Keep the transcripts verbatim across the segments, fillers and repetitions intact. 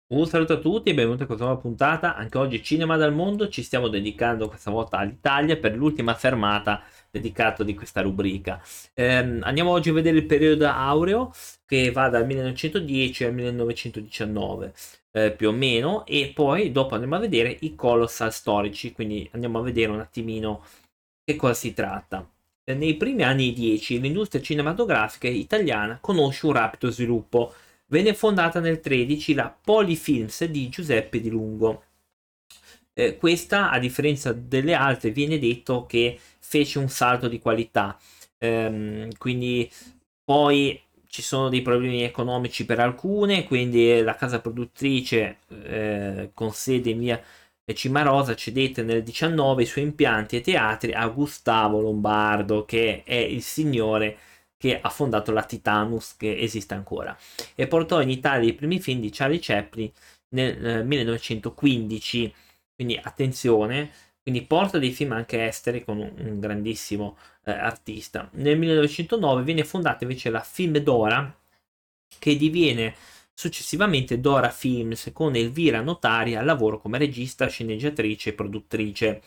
Un saluto a tutti e benvenuti a questa nuova puntata. Anche oggi Cinema dal mondo, ci stiamo dedicando questa volta all'Italia per l'ultima fermata dedicata di questa rubrica. Ehm, andiamo oggi a vedere il periodo aureo che va dal millenovecentodieci al millenovecentodiciannove, eh, più o meno, e poi dopo andiamo a vedere i colossal storici, quindi andiamo a vedere un attimino che cosa si tratta. Eh, Nei primi anni dieci l'industria cinematografica italiana conosce un rapido sviluppo. Venne fondata nel tredici la Polyfilms di Giuseppe Di Lungo. Eh, questa, a differenza delle altre, viene detto che fece un salto di qualità. Ehm, quindi poi ci sono dei problemi economici per alcune, quindi la casa produttrice eh, con sede in via Cimarosa cedette nel diciannove i suoi impianti e teatri a Gustavo Lombardo, che è il signore che ha fondato la Titanus, che esiste ancora, e portò in Italia i primi film di Charlie Chaplin nel eh, millenovecentoquindici. Quindi attenzione, quindi porta dei film anche esteri con un, un grandissimo eh, artista. Nel millenovecentonove viene fondata invece la Film Dora, che diviene successivamente Dora Films, con Elvira Notari al lavoro come regista, sceneggiatrice e produttrice.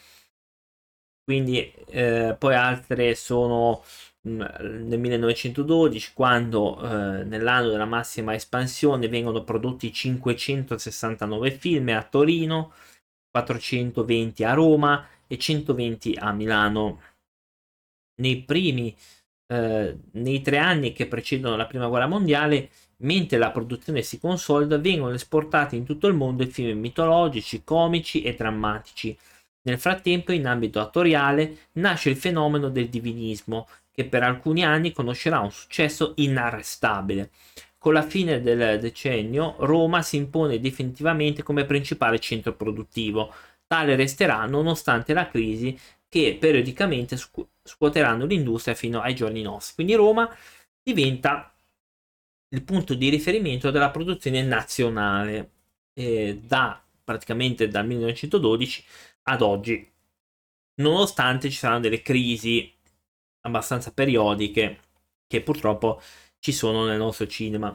Quindi eh, poi altre sono mh, nel millenovecentododici, quando eh, nell'anno della massima espansione vengono prodotti cinquecentosessantanove film a Torino, quattrocentoventi a Roma e centoventi a Milano. Nei primi, eh, nei tre anni che precedono la prima guerra mondiale, mentre la produzione si consolida, vengono esportati in tutto il mondo i film mitologici, comici e drammatici. Nel frattempo, in ambito attoriale, nasce il fenomeno del divinismo, che per alcuni anni conoscerà un successo inarrestabile. Con la fine del decennio, Roma si impone definitivamente come principale centro produttivo. Tale resterà nonostante la crisi che periodicamente scu- scuoteranno l'industria fino ai giorni nostri. Quindi Roma diventa il punto di riferimento della produzione nazionale eh, da praticamente dal millenovecentododici ad oggi, nonostante ci saranno delle crisi abbastanza periodiche che purtroppo ci sono nel nostro cinema.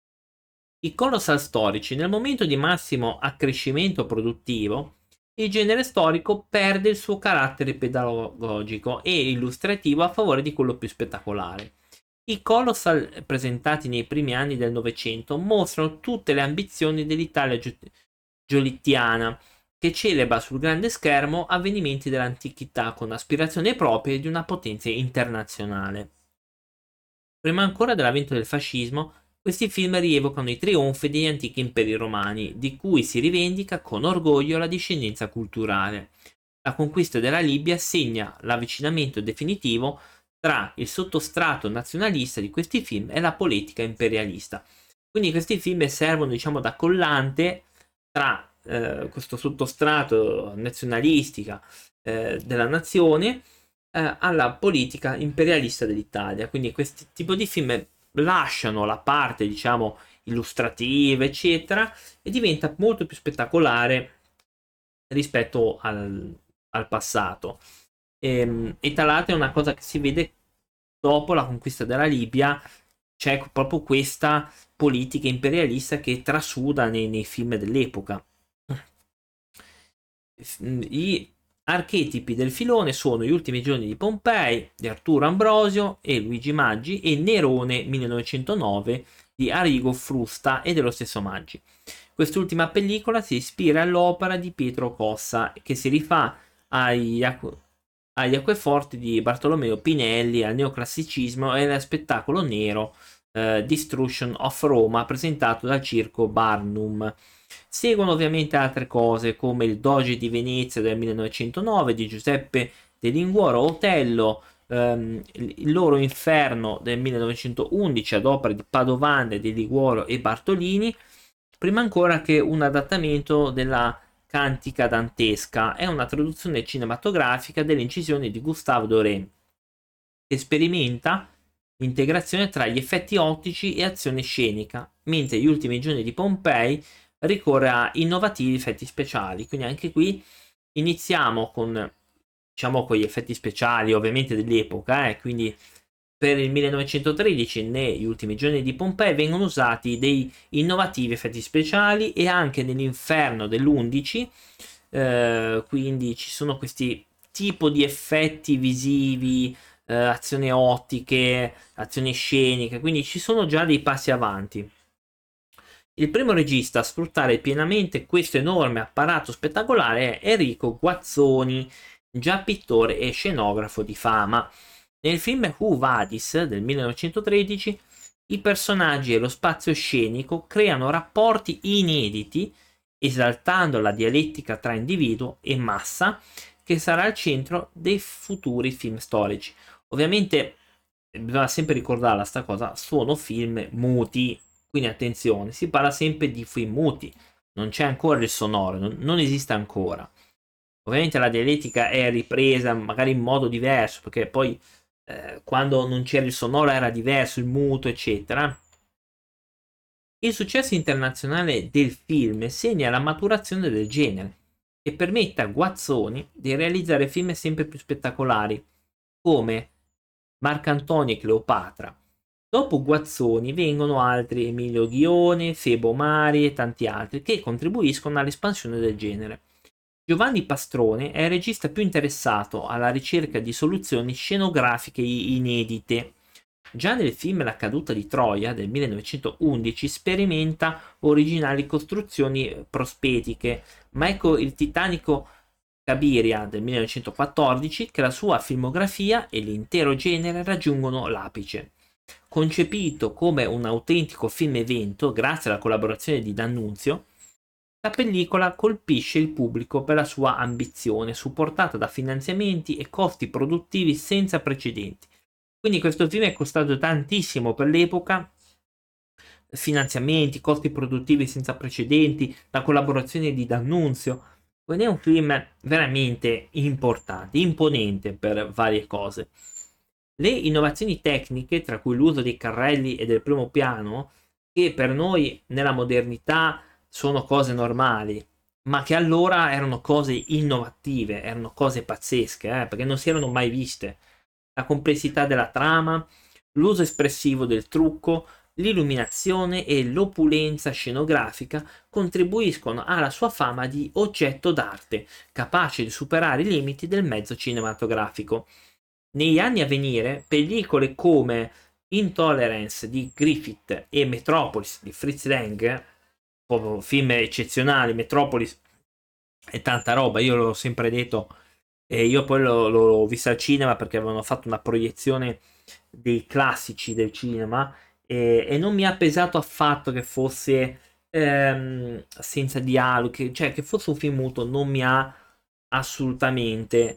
I colossal storici, nel momento di massimo accrescimento produttivo, il genere storico perde il suo carattere pedagogico e illustrativo a favore di quello più spettacolare. I colossal presentati nei primi anni del Novecento mostrano tutte le ambizioni dell'Italia gio- giolittiana, che celebra sul grande schermo avvenimenti dell'antichità con aspirazioni proprie di una potenza internazionale. Prima ancora dell'avvento del fascismo, questi film rievocano i trionfi degli antichi imperi romani, di cui si rivendica con orgoglio la discendenza culturale. La conquista della Libia segna l'avvicinamento definitivo tra il sottostrato nazionalista di questi film e la politica imperialista. Quindi questi film servono, diciamo, da collante tra eh, questo sottostrato nazionalistica eh, della nazione eh, alla politica imperialista dell'Italia. Quindi questi tipo di film lasciano la parte, diciamo, illustrativa, eccetera, e diventa molto più spettacolare rispetto al, al passato. E, e tra l'altro è una cosa che si vede dopo la conquista della Libia, c'è proprio questa politica imperialista che trasuda nei, nei film dell'epoca. I archetipi del filone sono Gli ultimi giorni di Pompei di Arturo Ambrosio e Luigi Maggi e Nerone millenovecentonove di Arrigo Frusta e dello stesso Maggi. Quest'ultima pellicola si ispira all'opera di Pietro Cossa, che si rifà agli, acqu- agli acqueforti di Bartolomeo Pinelli, al neoclassicismo e allo spettacolo nero eh, Destruction of Roma presentato dal circo Barnum. Seguono ovviamente altre cose come il Doge di Venezia del millenovecentonove di Giuseppe De Linguoro, Otello, ehm, il loro Inferno del millenovecentoundici ad opera di Padovani, De Liguoro e Bartolini, prima ancora che un adattamento della Cantica Dantesca. È una traduzione cinematografica delle incisioni di Gustave Doré, che sperimenta l'integrazione tra gli effetti ottici e azione scenica, mentre Gli ultimi giorni di Pompei ricorre a innovativi effetti speciali. Quindi anche qui iniziamo con, diciamo, con gli effetti speciali ovviamente dell'epoca, eh, quindi per il millenovecentotredici, negli ultimi giorni di Pompei, vengono usati dei innovativi effetti speciali, e anche nell'Inferno dell'undici, eh, quindi ci sono questi tipo di effetti visivi, eh, azioni ottiche, azioni sceniche, quindi ci sono già dei passi avanti. Il primo regista a sfruttare pienamente questo enorme apparato spettacolare è Enrico Guazzoni, già pittore e scenografo di fama. Nel film Quo Vadis del millenovecentotredici, i personaggi e lo spazio scenico creano rapporti inediti, esaltando la dialettica tra individuo e massa, che sarà al centro dei futuri film storici. Ovviamente bisogna sempre ricordarla sta cosa, sono film muti, quindi attenzione, si parla sempre di film muti, non c'è ancora il sonoro, non, non esiste ancora. Ovviamente la dialettica è ripresa magari in modo diverso, perché poi eh, quando non c'era il sonoro era diverso, il muto, eccetera. Il successo internazionale del film segna la maturazione del genere e permette a Guazzoni di realizzare film sempre più spettacolari, come Marcantonio e Cleopatra. Dopo Guazzoni vengono altri Emilio Ghione, Febo Mari e tanti altri che contribuiscono all'espansione del genere. Giovanni Pastrone è il regista più interessato alla ricerca di soluzioni scenografiche inedite. Già nel film La caduta di Troia del millenovecentoundici sperimenta originali costruzioni prospetiche, ma ecco il titanico Cabiria del millenovecentoquattordici che la sua filmografia e l'intero genere raggiungono l'apice. Concepito come un autentico film evento grazie alla collaborazione di D'Annunzio, la pellicola colpisce il pubblico per la sua ambizione, supportata da finanziamenti e costi produttivi senza precedenti. Quindi questo film è costato tantissimo per l'epoca, finanziamenti, costi produttivi senza precedenti, la collaborazione di D'Annunzio. Quindi è un film veramente importante, imponente per varie cose. Le innovazioni tecniche, tra cui l'uso dei carrelli e del primo piano, che per noi nella modernità sono cose normali, ma che allora erano cose innovative, erano cose pazzesche, eh, perché non si erano mai viste. La complessità della trama, l'uso espressivo del trucco, l'illuminazione e l'opulenza scenografica contribuiscono alla sua fama di oggetto d'arte, capace di superare i limiti del mezzo cinematografico. Negli anni a venire, pellicole come Intolerance di Griffith e Metropolis di Fritz Lang, proprio film eccezionali, Metropolis è tanta roba, io l'ho sempre detto, e io poi l'ho, l'ho vista al cinema perché avevano fatto una proiezione dei classici del cinema, e, e non mi ha pesato affatto che fosse ehm, senza dialoghi, cioè che fosse un film muto, non mi ha assolutamente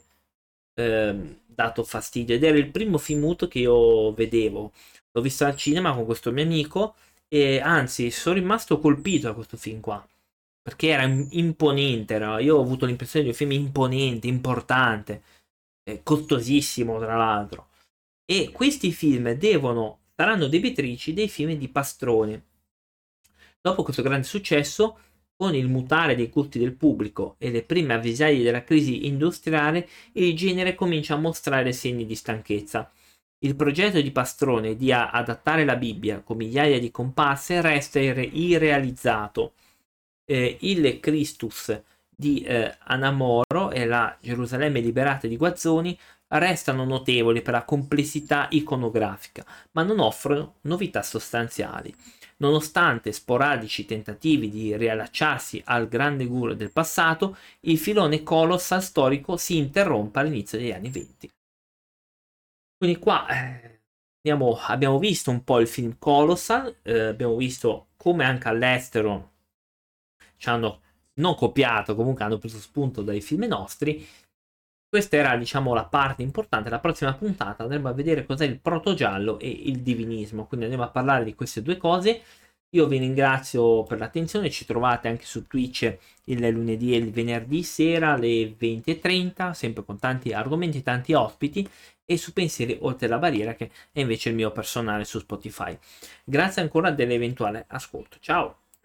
ehm, dato fastidio, ed era il primo film muto che io vedevo. L'ho visto al cinema con questo mio amico e anzi sono rimasto colpito da questo film qua, perché era imponente, era- io ho avuto l'impressione di un film imponente, importante, eh, costosissimo tra l'altro. E questi film devono, saranno debitrici dei film di Pastrone. Dopo questo grande successo, con il mutare dei gusti del pubblico e le prime avvisaglie della crisi industriale, il genere comincia a mostrare segni di stanchezza. Il progetto di Pastrone di a- adattare la Bibbia con migliaia di comparse resta irre- irrealizzato. Eh, il Christus di eh, Anamoro e la Gerusalemme liberata di Guazzoni restano notevoli per la complessità iconografica, ma non offrono novità sostanziali. Nonostante sporadici tentativi di riallacciarsi al grande guru del passato, il filone colossal storico si interrompe all'inizio degli anni venti. Quindi qua eh, abbiamo, abbiamo visto un po' il film Colossal, eh, abbiamo visto come anche all'estero ci hanno non copiato, comunque hanno preso spunto dai film nostri. Questa era, diciamo, la parte importante. La prossima puntata andremo a vedere cos'è il protogiallo e il divinismo. Quindi andremo a parlare di queste due cose. Io vi ringrazio per l'attenzione. Ci trovate anche su Twitch il lunedì e il venerdì sera alle venti e trenta, sempre con tanti argomenti, tanti ospiti. E su Pensieri Oltre la Barriera, che è invece il mio personale su Spotify. Grazie ancora dell'eventuale ascolto. Ciao!